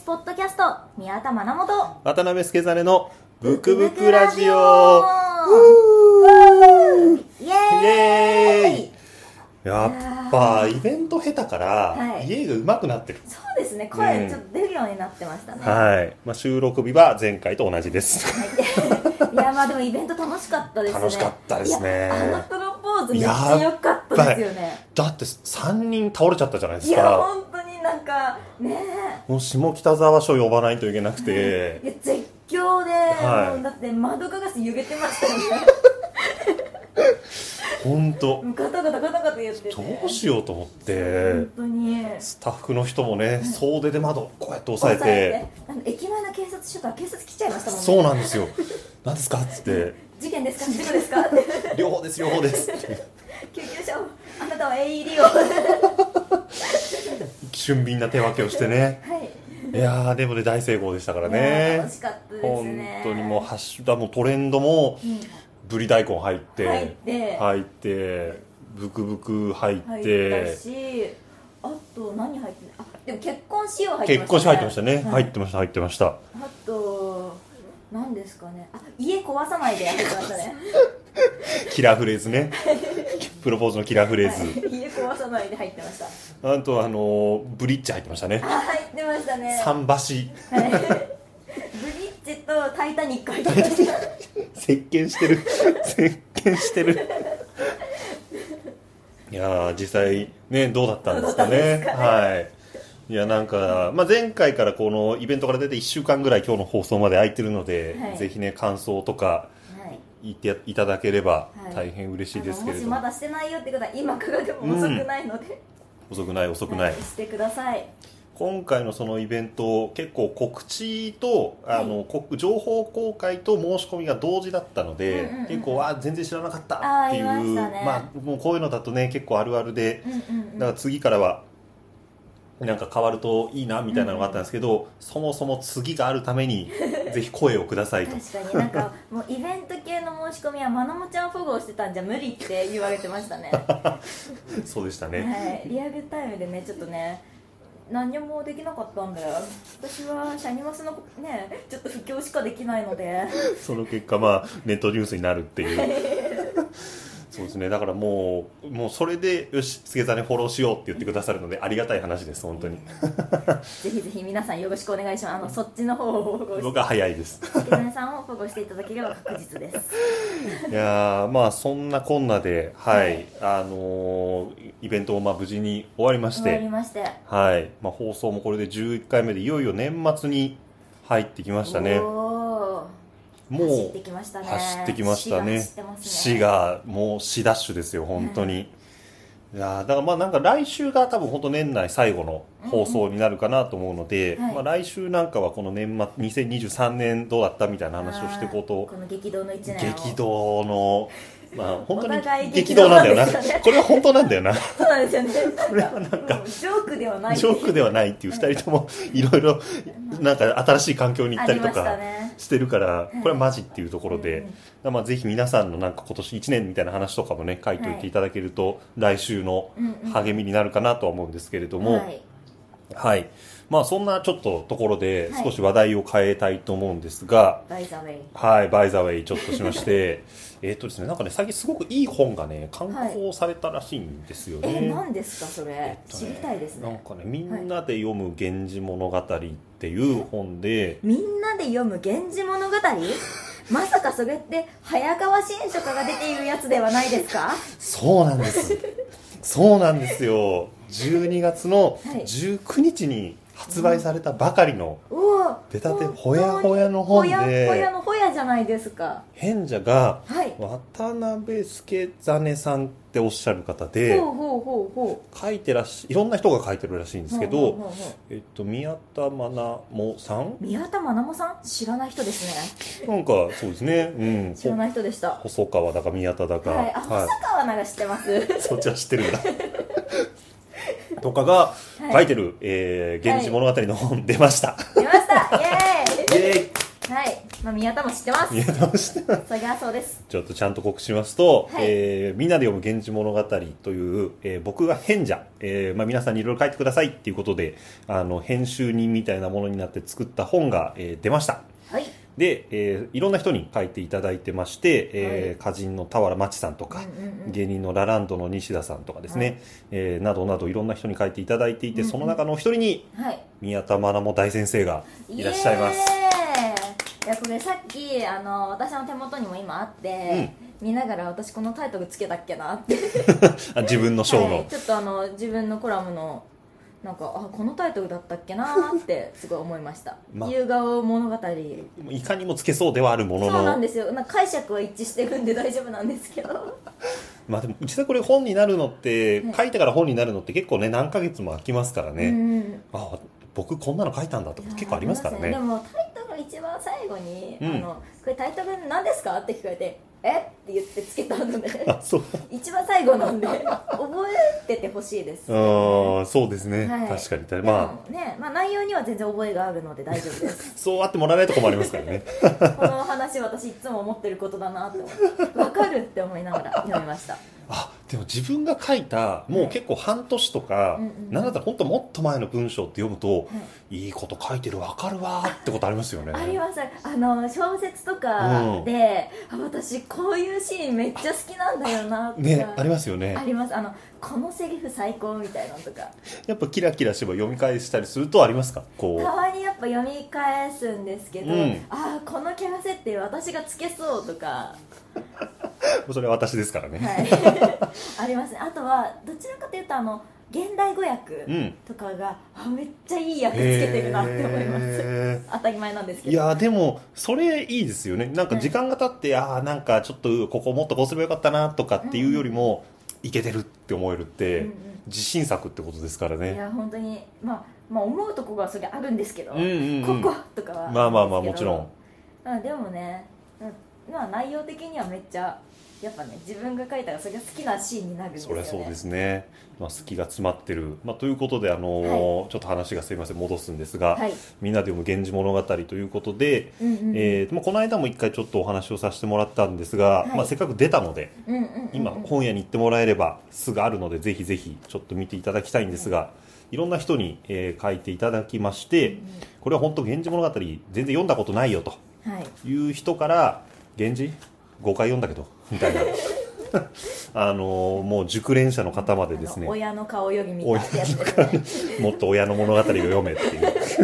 ポッドキャスト宮田真奈本渡辺助真のブクブクラジオイエーイ。 やっぱイベント下手から、 はい、 家が上手くなってる。 そうですね、声ちょっと出るようになってましたね、 はい、収録日は前回と同じです、 はい、いやまあでもイベント楽しかったですね。 楽しかったですね。 あのプロポーズめっちゃ良かったですよね。 だって3人倒れちゃったじゃないですか。 いや本当になんかね、 もう下北沢署呼ばないといけなくて、 いや絶叫で、 はい、 もうだって窓ガラス揺れてましたよね本当ガタガタガタガタ言っててどうしようと思って、 本当にスタッフの人もね、総出で窓こうやって押さえて、 駅前の警察署から警察来ちゃいましたもんね。 そうなんですよ。何ですかっつって事件ですか事故ですか両方です両方です救急車をあなたは AED を俊敏な手分けをしてね、 はい、 いやでもね大成功でしたからね。 楽しかったですね。 本当にもうハッシュタグもトレンドも、ぶり大根入ってブクブク入って入ったし、あと何入ってあでも結婚しよう入ってましたね。 結婚し入ってましたね、はい、入ってました。 あと何ですかね、家壊さないで入ってましたねキラーフレーズねプロポーズのキラーフレーズ、 はい、家壊さないで入ってました。 あとブリッジ入ってましたね。 入ってましたね。 桟橋、 はい、ブリッジとタイタニック入ってました席巻してるいや実際ねどうだったんですかね。はい、いやなんか、前回からこのイベントから出て1週間ぐらい今日の放送まで空いてるので、はい、ぜひね感想とか言っていただければ大変嬉しいですけれども、 もしまだしてないよってことは今からでも遅くないので、 遅くないしてください。 今回のそのイベント結構告知と情報公開と申し込みが同時だったので、結構全然知らなかったっていう、もうこういうのだとね結構あるあるで、だから次からはなんか変わるといいなみたいなのがあったんですけど、そもそも次があるためにぜひ声をくださいと確かになんかもうイベント系の申し込みはまなもちゃんフォローしてたんじゃ無理って言われてましたねそうでしたね、 はい、リアルタイムでねちょっとね何もできなかったんだよ。私はシャニマスのねちょっと布教しかできないのでその結果ネットニュースになるっていうそうですね。だからもうそれでよし助真フォローしようって言ってくださるのでありがたい話です本当にぜひぜひ皆さんよろしくお願いします。そっちの方をフォローして僕は早いです助真さんをフォローしていただければ確実ですいやそんなこんなではいイベントも無事に終わりましてはい、放送もこれで11回目でいよいよ年末に入ってきましたね。もう走ってきましたね。 走ってきましたね。市がもう市ダッシュですよ本当に、いやだからなんか来週が多分本当年内最後の放送になるかなと思うので、来週なんかはこの年末2023年どうだったみたいな話をしていこうと。 この激動の1年を激動の本当に激動なんだよなこれは本当なんだよなそうなんですよね。 これはなんかジョークではないジョークではないっていう2人ともいろいろなんか新しい環境に行ったりとかしてるからこれはマジっていうところで、ぜひ皆さんのなんか今年1年みたいな話とかもね書いておいていただけると来週の励みになるかなとは思うんですけれども、はいそんなちょっとところで少し話題を変えたいと思うんですが、 バイザウェイはいバイザウェイちょっとしましてですね、なんかね最近すごくいい本がね刊行されたらしいんですよね。 何ですかそれ、知りたいですね。 なんかねみんなで読む源氏物語っていう本で、 みんなで読む源氏物語まさかそれって早川新書家が出ているやつではないですか？ そうなんですそうなんですよ。12月の19日に発売されたばかりの出たてほやほやの本で、 ほやのほやじゃないですか。 編者が渡辺助真さんっておっしゃる方で、書いていろんな人が書いてるらしいんですけど、宮田真奈もさん宮田真奈もさん知らない人ですね。なんかそうですね、 知らない人でした。 細川だか宮田だか、 細川なら知ってますそっちは知ってるんだとかが書いてる、源氏物語の本出ました。 出ましたイエーイイエーイ。はい、 まあ、宮田も知ってます。 宮田も知ってます。 そりゃそうです。 ちょっとちゃんと告知しますと、 はい、 みんなで読む源氏物語という、僕が編者、まあ、皆さんにいろいろ書いてくださいっていうことで編集人みたいなものになって作った本が、出ました。 はい。 で、いろんな人に書いていただいてまして、歌人の俵真知さんとか、芸人のラランドの西田さんとかですね、などなどいろんな人に書いていただいていて、その中のお一人に、宮田愛も大先生がいらっしゃいます。 いやこれさっき私の手元にも今あって、見ながら私このタイトルつけたっけなって自分の章の、 ちょっと自分のコラムのなんかこのタイトルだったっけなってすごい思いました。夕顔物語、 いかにもつけそうではあるものの、 そうなんですよ。なんか解釈は一致してるんで大丈夫なんですけどまあでも実際これ本になるのって、書いてから本になるのって結構ね何ヶ月も空きますからね、僕こんなの書いたんだとか結構ありますからね。 でもタイトル一番最後に、これタイトル何ですかって聞かれてえって言ってつけたので一番最後なんで覚えててほしいです、 そうですね、確かに。まあ内容には全然覚えがあるので大丈夫ですそうあってもらわないと困りますからねこの話私いつも思ってることだなって分かるって思いながら読みました。 でも自分が書いたもう結構半年とか、なんだったら本当もっと前の文章って読むと、いいこと書いてる分かるわってことありますよね。 あります。小説とかで、私こういうシーンめっちゃ好きなんだよなってね、ありますよね。 あります。このセリフ最高みたいなのとかやっぱキラキラして読み返したりするとありますか？こうたまにやっぱ読み返すんですけど、このキャラ設定私がつけそうとかそれは私ですからね、 ありますね。あとはどちらかというと現代語訳とかが、めっちゃいい役つけてるなって思います。当たり前なんですけど。 いやでもそれいいですよね。なんか時間が経って、なんかちょっとここもっとこうすればよかったなとかっていうよりも、いけてるって思えるって、自信作ってことですからね。 いや本当にまあ思うとこがそれあるんですけど、こことかはまあもちろん。 でもね、内容的にはめっちゃやっぱね、自分が書いたらそれが好きなシーンになるんですよね。 それそうですね、好きが詰まってる、ということでちょっと話がすいません戻すんですが、みんなで読む源氏物語ということで、この間も一回ちょっとお話をさせてもらったんですが、せっかく出たので、今本屋に行ってもらえればすぐあるのでぜひぜひちょっと見ていただきたいんですが、いろんな人に、書いていただきまして、これは本当源氏物語全然読んだことないよという人から、源氏5回読んだけどみたいなもう熟練者の方までですね、 親の顔より見たってやつですねもっと親の物語を読めっていう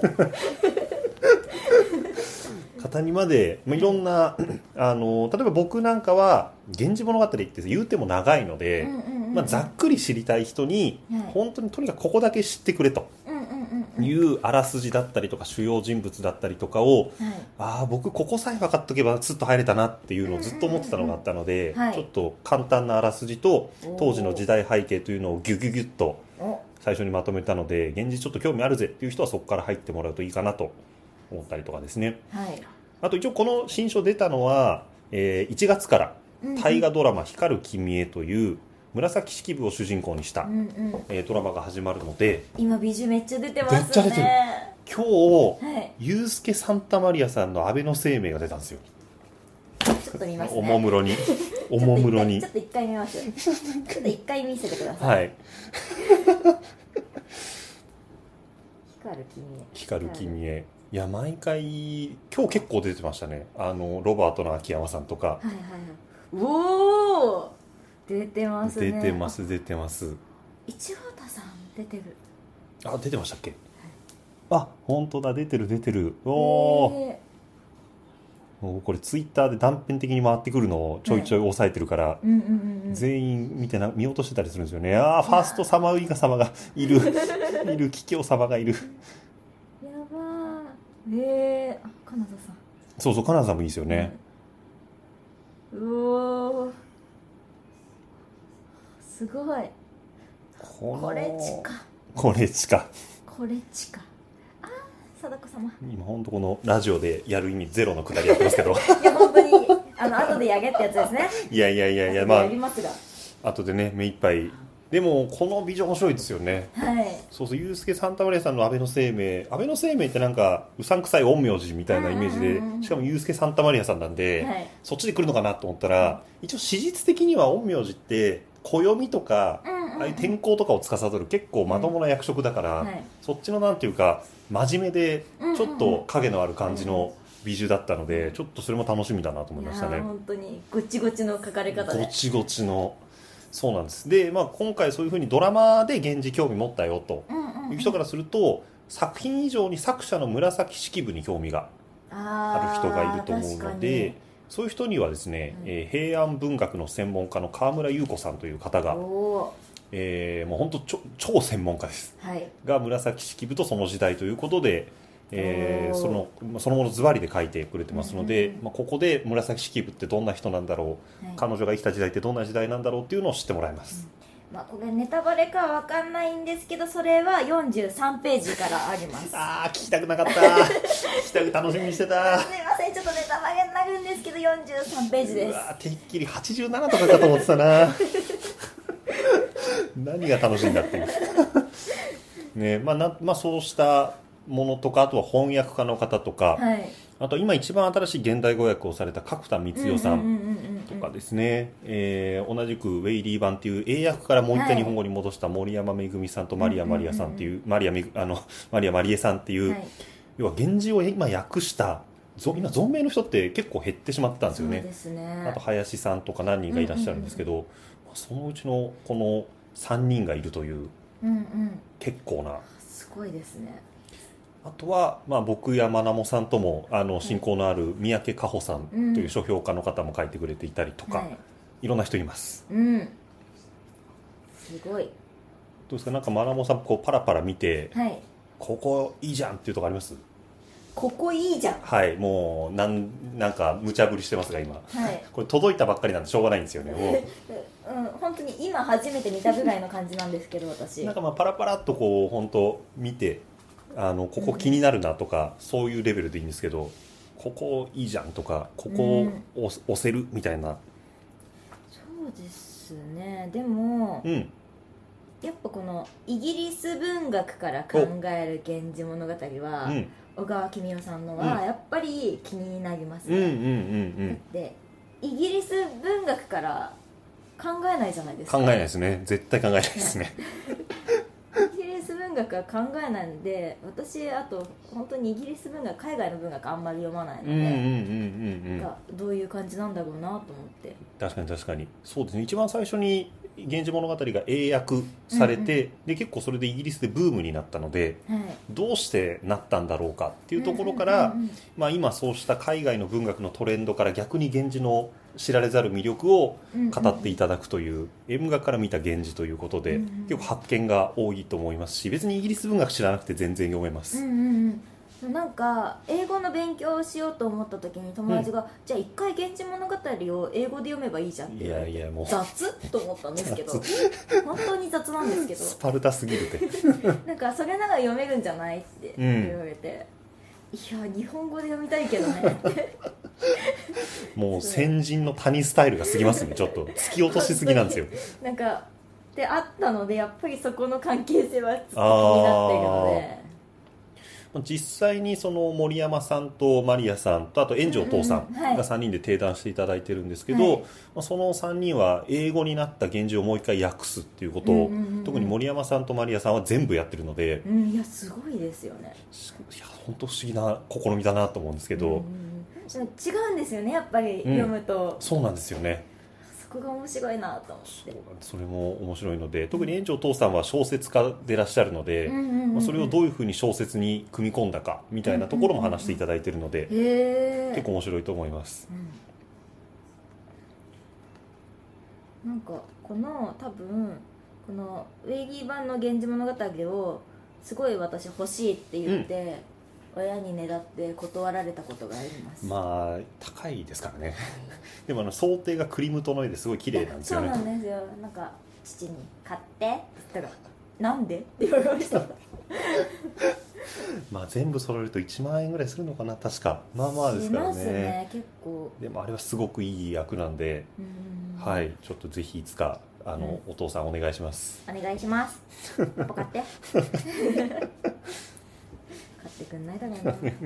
方にまで、いろんな例えば僕なんかは源氏物語って言うても長いので、ざっくり知りたい人に、本当にとにかくここだけ知ってくれというあらすじだったりとか主要人物だったりとかを、僕ここさえ分かっとけばスッと入れたなっていうのをずっと思ってたのがあったので、ちょっと簡単なあらすじと当時の時代背景というのをギュギュギュッと最初にまとめたので、源氏ちょっと興味あるぜっていう人はそこから入ってもらうといいかなと思ったりとかですね、あと一応この新書出たのは、1月から大河ドラマ「光る君へ」という紫式部を主人公にした、ドラマが始まるので、 今美女めっちゃ出てますね。 今日、ユースケ・サンタマリアさんの安倍の生命が出たんですよ。 ちょっと見ますね。 おもむろにちょっと一回見ますちょっと一回見せてください。 光る君へ。いや毎回今日結構出てましたね。ロバートの秋山さんとか。 おお出てますね。 出てます市畑さん出てる。 出てましたっけ？本当だ、出てる。もうこれツイッターで断片的に回ってくるのをちょいちょい押さえてるから、全員見落としてたりするんですよね。ファーストサマウイカ様がいる桔梗様がいる。 やばー。金田さん。 そう金田さんもいいですよね。 すごい。これちか。貞子様。 今本当このラジオでやる意味ゼロのくだりやってますけど。 いや本当に後でやげってやつですね。 いややりますが。 後でね目いっぱいでもこのビジョン面白いですよね。 はい。 そうそう、ユースケ・サンタマリアさんの安倍晴明ってなんかうさんくさい陰陽師みたいなイメージで、しかもユースケ・サンタマリアさんなんで、はい、そっちで来るのかなと思ったら、一応史実的には陰陽師って暦とか、ああいう天候とかを司る結構まともな役職だから、はい、そっちのなんていうか真面目でちょっと影のある感じの美術だったので、ちょっとそれも楽しみだなと思いましたね。 本当にごちごちの描かれ方で、 ごちごちの、そうなんです。で、今回そういう風にドラマで源氏興味持ったよという人からすると、作品以上に作者の紫式部に興味がある人がいると思うので、そういう人にはですね、平安文学の専門家の川村優子さんという方が、もう本当超専門家です、はい、が紫式部とその時代ということで、そのものズバリで書いてくれてますので、ここで紫式部ってどんな人なんだろう、はい、彼女が生きた時代ってどんな時代なんだろうっていうのを知ってもらいます、 これネタバレかは分かんないんですけど、それは43ページからあります聞きたくなかった聞きたく楽しみにしてたすみません、ちょっとネタバレになるんですけど43ページです。 てっきり87とかかと思ってたな何が楽しいんだっていうね、そうしたものとか、あとは翻訳家の方とか、はい、あと今一番新しい現代語訳をされた角田光代さんとかですね、同じくウェイリー版っていう英訳からもう一回日本語に戻した森山めぐみさんとマリア・マリエさんっていう、マリア・マリエさんっていう、はい、要は源氏を今訳した今存命の人って結構減ってしまったんですよね。 そうですね。 あと林さんとか何人かいらっしゃるんですけど、そのうちのこの3人がいるという、結構な、 すごいですね。 あとは、僕やまなもさんとも親交のある三宅佳穂さんという書評家の方も書いてくれていたりとか、いろんな人います、 すごい。どうですか、なんかまなもさんこうパラパラ見て、ここいいじゃんっていうとこあります？ ここいいじゃん。 はい、もうなんか無茶ぶりしてますが今、これ届いたばっかりなんでしょうがないんですよね。もう本当に今初めて見たぐらいの感じなんですけど私なんかパラパラっとこう本当見てここ気になるなとか、そういうレベルでいいんですけど、ここいいじゃんとか、ここを押せるみたいな、 そうですね。でも、やっぱこのイギリス文学から考える源氏物語は、小川公代さんのはやっぱり気になりますね。だってイギリス文学から考えないじゃないですか。 考えないですね。絶対考えないですねイギリス文学は考えないので、私あと本当にイギリス文学、海外の文学あんまり読まないので、どういう感じなんだろうなと思って。 確かにそうですね。一番最初に源氏物語が英訳されて、で結構それでイギリスでブームになったので、どうしてなったんだろうかっていうところから、今そうした海外の文学のトレンドから逆に源氏の知られざる魅力を語っていただくという、英文学から見た源氏ということで、結構発見が多いと思いますし、別にイギリス文学知らなくて全然読めます。 なんか英語の勉強をしようと思った時に友達が、じゃあ一回源氏物語を英語で読めばいいじゃんって言われて、いやもう雑と思ったんですけど本当に雑なんですけど、 スパルタすぎるってなんかそれなら読めるんじゃないって言われて、いや日本語で読みたいけどねってもう先人の谷スタイルが過ぎますね。ちょっと突き落としすぎなんですよなんかであったので、やっぱりそこの関係性はずっと気になっているので、 実際にその森山さんとマリアさんと、あと炎上父さんが3人で提談していただいてるんですけど、その3人は英語になった源氏をもう一回訳すっていうことを、特に森山さんとマリアさんは全部やってるので、 いやすごいですよね。 いや本当不思議な試みだなと思うんですけど、 違うんですよね、やっぱり読むと、 そうなんですよね。 そこが面白いなと思って。 それも面白いので、特に炎上父さんは小説家でいらっしゃるので、それをどういうふうに小説に組み込んだかみたいなところも話していただいているので、結構面白いと思います、 なんかこの多分このウェイリー版の源氏物語をすごい私欲しいって言って、親にねだって断られたことがあります。 高いですからねでも想定がクリムトの絵ですごい綺麗なんですよね。 そうなんですよ。なんか父に買ってって言ったらなんでって言われました全部揃えると1万円ぐらいするのかな、確か。ですからね。しますね、結構。 でもあれはすごくいい役なんで、はい、ちょっとぜひいつかお父さんお願いします。 お願いします。パパ買って買ってくんないだろう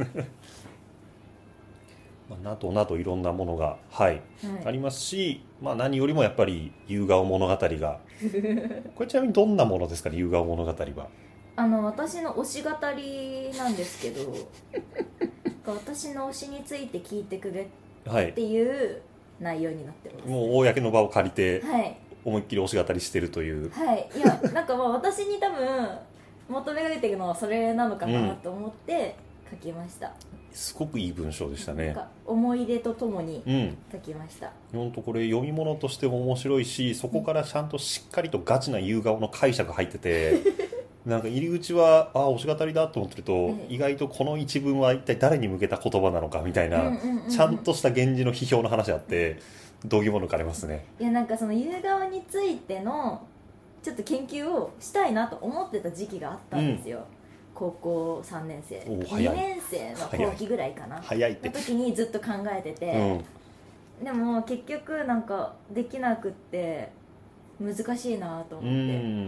ななどなどいろんなものが、はい、ありますし、何よりもやっぱり夕顔物語がこれちなみにどんなものですかね、夕顔物語は。 私の推し語りなんですけど私の推しについて聞いてくれっていう内容になってます、 もう公の場を借りて、 はい、 思いっきり推し語りしてるという。 はい、いやなんか私に多分求められてるのはそれなのかなと思って書きました、 すごくいい文章でしたね。 なんか思い出とともに書きました、 本当これ読み物としても面白いし、そこからちゃんとしっかりとガチな夕顔の解釈入っててなんか入り口は推し語りだと思ってると、意外とこの一文は一体誰に向けた言葉なのかみたいな、ちゃんとした源氏の批評の話あって度肝抜かれますね。 いやなんかその夕顔についてのちょっと研究をしたいなと思ってた時期があったんですよ、高校3年生2年生の後期ぐらいかな早いっての時にずっと考えてて、でも結局なんかできなくって難しいなと思って、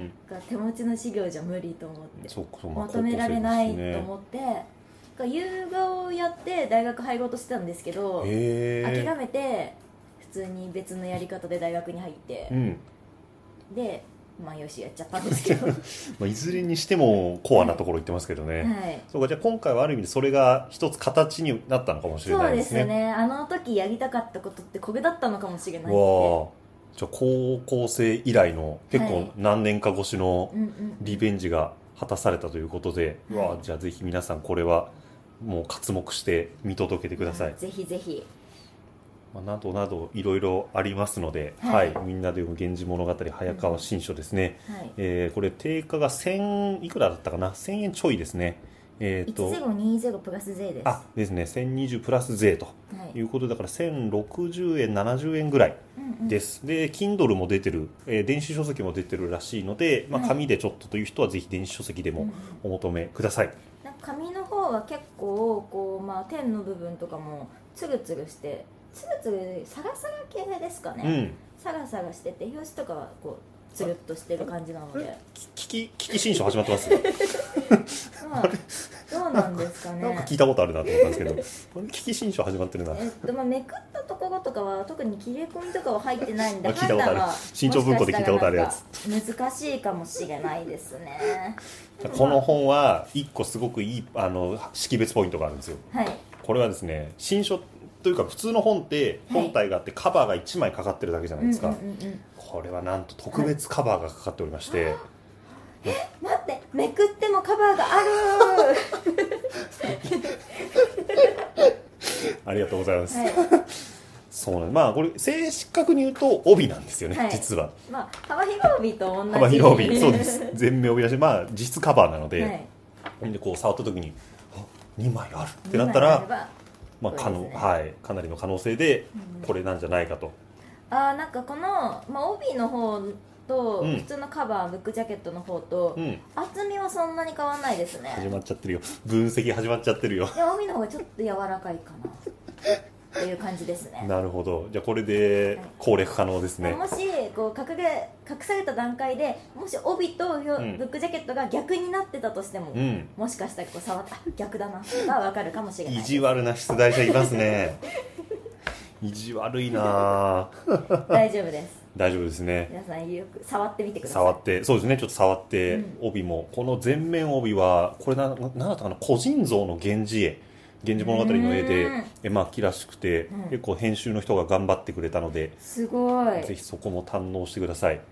手持ちの資料じゃ無理と思って求められないと思って、夕顔をやって大学入ろうとしてたんですけど、諦めて普通に別のやり方で大学に入って、でよしやっちゃったんですけどいずれにしてもコアなところ言ってますけどね、そうか、じゃあ今回はある意味でそれが一つ形になったのかもしれないですね。 そうですね、あの時やりたかったことってこれだったのかもしれない。 じゃあ高校生以来の結構何年か越しのリベンジが果たされたということで、じゃあぜひ皆さんこれはもう刮目して見届けてください、 ぜひぜひ。 などなどいろいろありますので、みんなで読む源氏物語早川新書ですね、これ定価が1000いくらだったかな、1000円ちょいですね。 1020プラス税です。 ですね、1020プラス税ということだから1060円70円ぐらいです、で Kindle も出てる、電子書籍も出てるらしいので、紙でちょっとという人はぜひ電子書籍でもお求めください。 紙の方は結構こう、点の部分とかもツルツルしてツルツルサラサラ系ですかね、サラサラしてて表紙とかはこうつるっとしてる感じなので、 聞き新書始まってますどうなんですかねなんか聞いたことあるなと思ったんですけど聞き新書始まってるな。 めくったところとかは特に切れ込みとかは入ってないんで聞いたことある、新潮文庫で聞いたことあるやつ。 難しいかもしれないですねこの本は1個すごくいい識別ポイントがあるんですよ、これはですね、新書というか普通の本って本体があってカバーが1枚かかってるだけじゃないですか、これはなんと特別カバーがかかっておりまして、 待って、めくってもカバーがあるありがとうございます、そうなんです。これ正確に言うと帯なんですよね、実は。 幅広帯と同じ。 幅広帯、そうです。全面帯だし、実質カバーなので、でこう触った時に2枚あるってなったら、かなりの可能性でこれなんじゃないかと。 なんかこの、帯の方と普通のカバー、ブックジャケットの方と、厚みはそんなに変わらないですね。 始まっちゃってるよ、分析始まっちゃってるよ。 帯の方がちょっと柔らかいかなっていう感じですね。 なるほど、じゃあこれで攻略可能ですね。 もしこう隠された段階でもし帯とブックジャケットが逆になってたとしても、もしかしたらこう触って逆だなが分かるかもしれない。 意地悪な出題者いますね意地悪いな大丈夫です、 大丈夫ですね。 皆さんよく触ってみてください。 触って、そうですね、ちょっと触って、帯もこの前面帯はこれなんだったかな、個人像の源氏物語の絵で秋らしくて、結構編集の人が頑張ってくれたので、 すごい、 ぜひそこも堪能してください。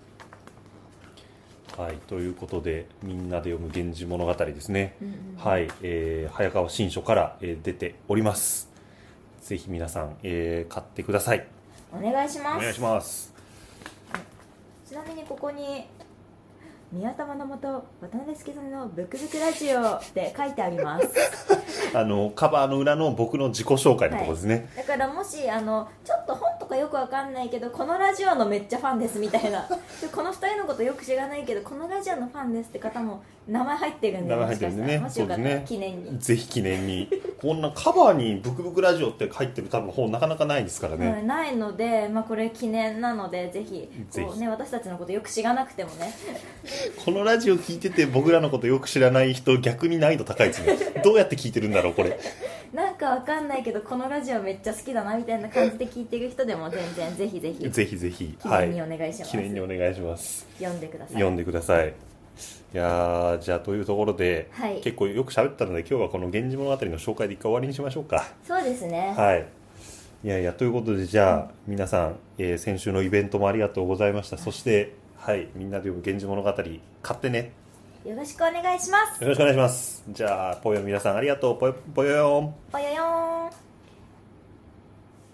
ということでみんなで読む源氏物語ですね、早川新書から、出ております。ぜひ皆さん、買ってください。 お願いします。 お願いします。 ちなみにここに宮田真の渡辺助さんのブクブクラジオって書いてありますカバーの裏の僕の自己紹介のところですね、 だからもしちょっと本とかよくわかんないけどこのラジオのめっちゃファンですみたいなでこの2人のことよく知らないけどこのラジオのファンですって方も名前入ってるんで、 名前入ってるんでね、 もしよかったら記念に、 ぜひ記念にこんなカバーにブクブクラジオって入ってる多分本なかなかないですからね、 ないので、これ記念なのでぜひこう、ね、私たちのことよく知らなくてもねこのラジオ聞いてて僕らのことよく知らない人逆に難易度高いですねどうやって聞いてるんだろうこれなんかわかんないけどこのラジオめっちゃ好きだなみたいな感じで聞いてる人でも全然ぜひぜひぜひぜひ記念にお願いします、 記念にお願いします。 読んでください。 読んでください。いやじゃあというところで、 はい、 結構よく喋ったので今日はこの源氏物語の紹介で一回終わりにしましょうか。 そうですね。 はい。いやいやということでじゃあ、皆さん、先週のイベントもありがとうございました。そしてはいみんなで読む源氏物語買ってね。 よろしくお願いします。 よろしくお願いします。じゃあぽよ皆さんありがとう。ぽよよん。 ぽよよん。